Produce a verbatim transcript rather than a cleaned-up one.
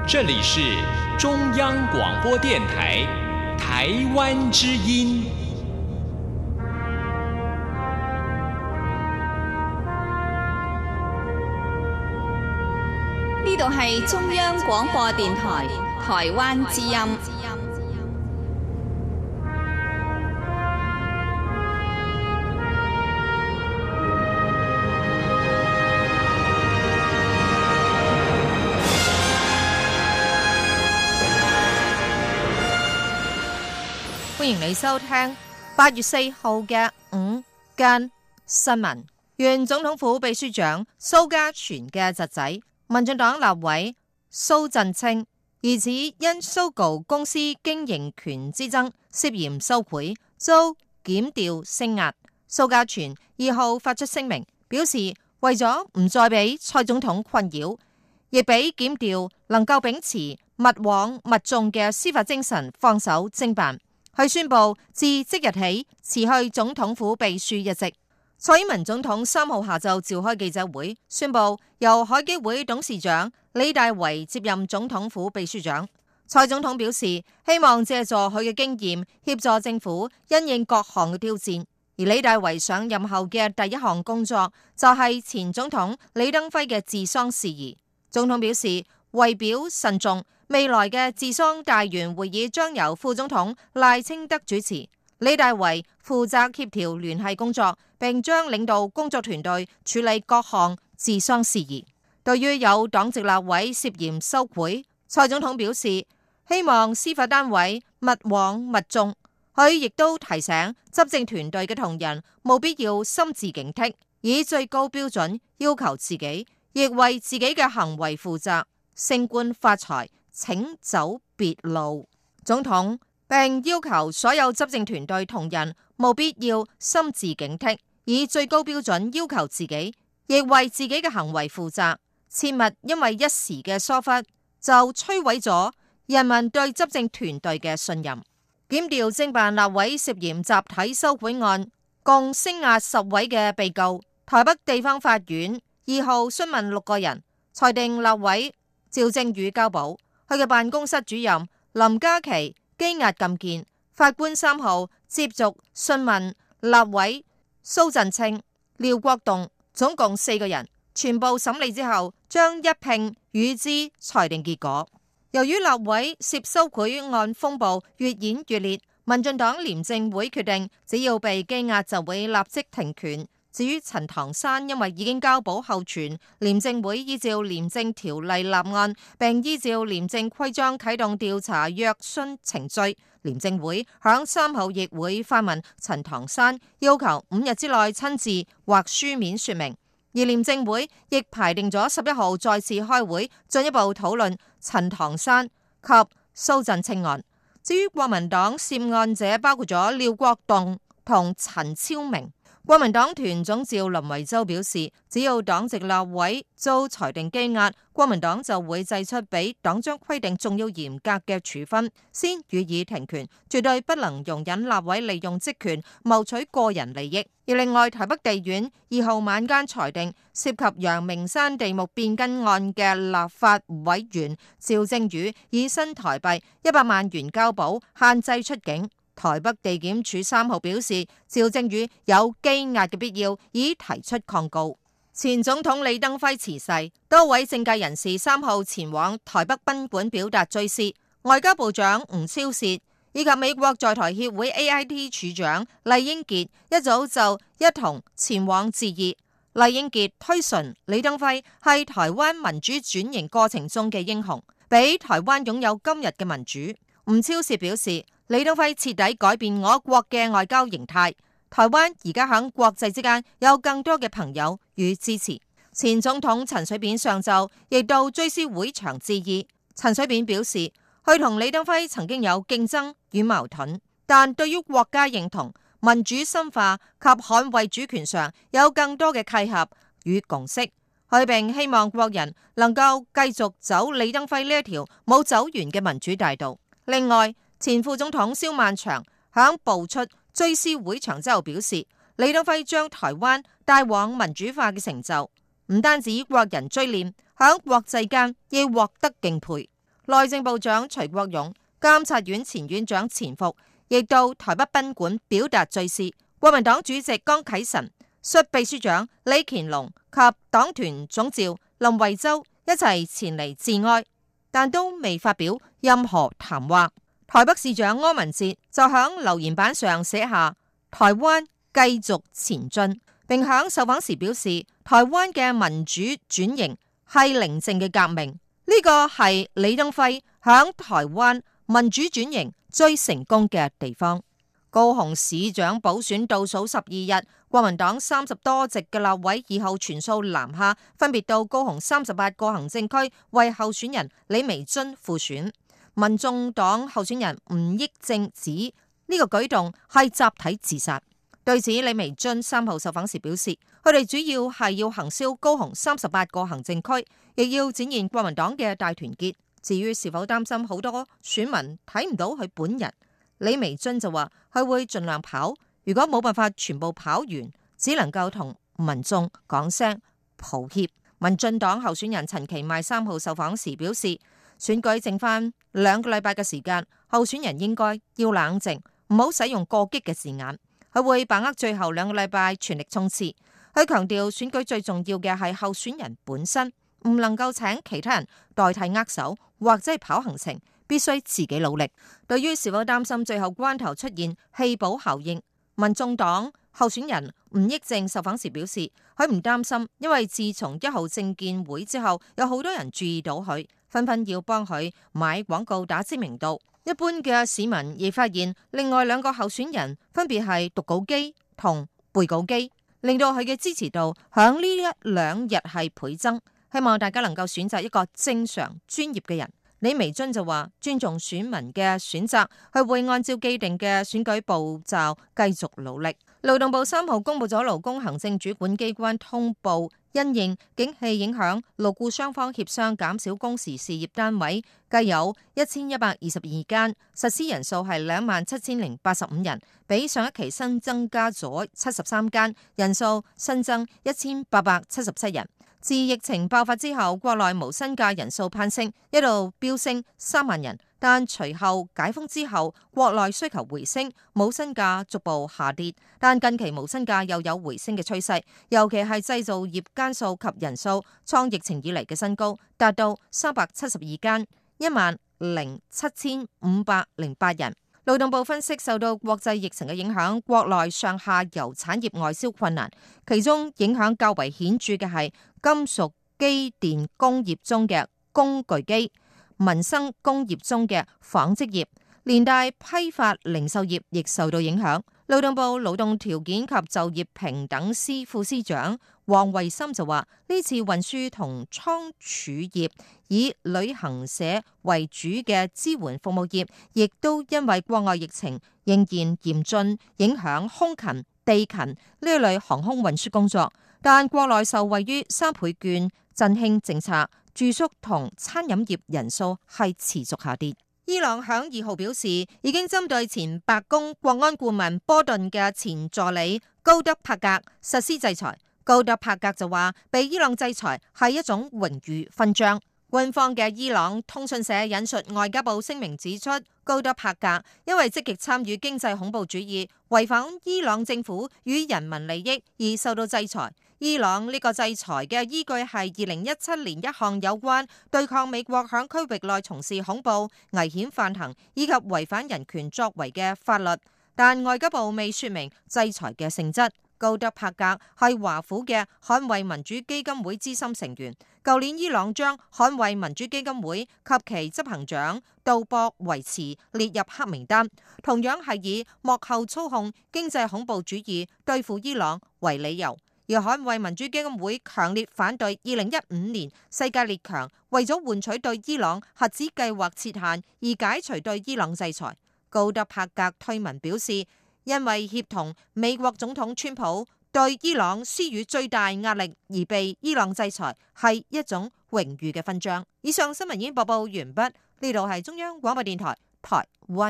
这里是中央广播电台台湾之音。 呢度係中央廣播電台台灣之音。 歡迎你收聽八月四號嘅午間新聞。原總統府秘書長蘇嘉全嘅侄仔，民進黨立委蘇震清，疑似因 SOGO 公司經營權之爭涉嫌收賄，遭檢調聲押。蘇嘉全二號發出聲明，表示為咗唔再俾蔡總統困擾，亦俾檢調能夠秉持勿枉勿縱嘅司法精神，放手偵辦。佢宣布自即日起辭去總統府秘書一職。蔡英文總統三號下晝召開記者會，宣布由海基會董事長李大維接任總統府秘書長。蔡總統表示，希望借助佢嘅經驗協助政府因應各項嘅挑戰。而李大維上任後嘅第一項工作就係前總統李登輝嘅治喪事宜。總統表示，為表慎重，未來嘅治喪大員會議將由副總統賴清德主持，李大維負責協調聯繫工作，並將領導工作團隊處理各項治喪事宜。對於有黨籍立委涉嫌收賄，蔡總統表示希望司法單位勿枉勿縱，佢亦都提醒執政團隊嘅同仁務必要心自警惕，以最高標準要求自己，亦為自己嘅行為負責，升官發財，請走別路。總統並要求所有執政團隊同仁務必要心自警惕，以最高標準要求自己，亦為自己嘅行為負責，切勿因為一時嘅疏忽就摧毀咗人民對執政團隊嘅信任。檢調偵辦立委涉嫌集體收賄案，共聲押十位嘅被告。台北地方法院二號詢問六個人，裁定立委趙正宇交保，佢嘅辦公室主任林嘉琪羈押禁見。法官三號接續訊問立委蘇震清、廖國棟，總共四個人，全部審理之後將一併予之裁定結果。由於立委涉收賄案風暴越演越烈，民進黨廉政會決定只要被羈押就會立即停權。至於陳唐山，因為已經交保候傳，廉政會依照廉政條例立案，並依照廉政規章啟動調查約詢程序。廉政會響三號亦會發問陳唐山，要求五日之內親自或書面說明。而廉政會亦排定咗十一號再次開會，進一步討論陳唐山及蘇震清案。至於國民黨涉案者，包括咗廖國棟同陳超明。國民黨團總召林維洲表示，只要黨籍立委遭裁定羈押，國民黨就會祭出比黨章規定仲要嚴格嘅處分，先予以停權，絕對不能容忍立委利用職權謀取個人利益。而另外，台北地院二號晚間裁定，涉及陽明山地目變更案嘅立法委員趙正宇以新台幣一百萬元交保，限制出境。台北地檢署三號表示，趙正宇有羈押嘅必要，已提出抗告。前總統李登輝辭世，多位政界人士三號前往台北賓館表達追思。外交部長吳釗燮以及美國在台協會 A I T 處長酈英傑一早就一同前往致意。酈英傑推崇李登輝係台灣民主轉型過程中嘅英雄，俾台灣擁有今日嘅民主。吳釗燮表示，李登輝徹底改變我國嘅外交形態，台灣而家喺國際之間有更多嘅朋友與支持。前總統陳水扁上晝亦到追思會場致意。陳水扁表示，佢同李登輝曾經有競爭與矛盾，但對於國家認同、民主深化及捍衛主權上有更多嘅契合與共識。佢並希望國人能夠繼續走李登輝呢一條冇走完嘅民主大道。另外，前副總統蕭萬長響步出追思會場之後表示，李登輝將台灣帶往民主化嘅成就，唔單止國人追念，響國際間亦獲得敬佩。 內政部長徐國勇、監察院前院長錢復亦到台北賓館表達追思。國民黨主席江啟臣率秘書長李乾龍及黨團總召林維洲一齊前嚟致哀，但都未發表任何談話。台北市長柯文哲就響留言板上寫下台灣繼續前進，並響受訪時表示台灣嘅民主轉型係寧靜嘅革命，呢個係李登輝響台灣民主轉型最成功嘅地方。高雄市長補選倒數十二日，國民黨三十多席嘅立委以後全數南下，分別到高雄三十八個行政區為候選人李眉蓁輔選。民眾黨候選人吳益政指呢個舉動係集體自殺。對此，李眉蓁三號受訪時表示，佢哋主要係要行銷高雄三十八個行政區，亦要展現國民黨嘅大團結。至於是否擔心好多選民睇唔到佢本人，李眉蓁就話佢會盡量跑，如果冇辦法全部跑完，只能夠同民眾講聲抱歉。民進黨候選人陳其邁三號受訪時表示，選舉剩翻兩個禮拜嘅時間，候選人應該要冷靜，唔好使用過激嘅字眼。佢會把握最後兩個禮拜全力衝刺。佢強調選舉最重要嘅係候選人本身，唔能夠請其他人代替握手或者係跑行程。必須自己努力。對於是否擔心最後關頭出現棄保效應，民眾黨候選人吳益政受訪時表示，佢唔擔心，因為自從一號政見會之後，有好多人注意到佢，紛紛要幫佢買廣告打知名度。一般嘅市民亦發現，另外兩個候選人分別係讀稿機同背稿機，令到佢嘅支持度響呢一兩日係倍增。希望大家能夠選擇一個正常專業嘅人。李眉蓁就話尊重選民嘅選擇，佢會按照既定嘅選舉步驟繼續努力。勞動部三號公布咗勞工行政主管機關通報，因應景氣影響，勞雇雙方協商減少工時事業單位，計有一千一百二十二間，實施人數係兩萬七千零八十五人，比上一期新增加咗七十三間，人數新增一千八百七十七人。自疫情爆發之後，國內無薪假人數攀升，一度飆升三萬人。但隨後解封之後，國內需求回升，無薪假逐步下跌。但近期無薪假又有回升嘅趨勢，尤其係製造業間數及人數創疫情以嚟嘅新高，達到三百七十二間，一萬零七千五百零八人。勞動部分析，受到國際疫情嘅影響，國內上下游產業外銷困難，其中影響較為顯著嘅係金屬機電工業中嘅工具機、民生工業中嘅紡織業，連帶批發零售業亦受到影響。勞動部勞動條件及就業平等司副司長黃維森就話：呢次運輸同倉儲業以旅行社為主嘅支援服務業，亦都因為國外疫情仍然嚴峻，影響空勤、地勤呢一類航空運輸工作。但國內受惠於三倍券振興政策，住宿同餐飲業人數係持續下跌。伊朗響二號表示，已經針對前白宮國安顧問波頓嘅前助理高德帕格實施制裁。高德帕格就話，被伊朗制裁係一種榮譽勳章。官方嘅伊朗通訊社引述外交部聲明指出，高德帕格因為積極參與經濟恐怖主義，違反伊朗政府與人民利益而受到制裁。伊朗呢個制裁嘅依據係二零一七年一項有關對抗美國響區域內從事恐怖、危險犯行以及違反人權作為嘅法律，但外交部未說明制裁嘅性質。高德帕格係華府嘅捍衛民主基金會資深成員，舊年伊朗將捍衛民主基金會及其執行長杜博維茨列入黑名單，同樣係以幕後操控經濟恐怖主義對付伊朗為理由。而捍衛民主基金會強烈反對二零一五年世界列強為咗換取對伊朗核子計劃設限而解除對伊朗制裁。高德帕格推文表示，因為協同美國總統川普對伊朗施予最大壓力而被伊朗制裁，係一種榮譽嘅勳章。以上新聞已經播報完畢，呢度係中央廣播電台台灣。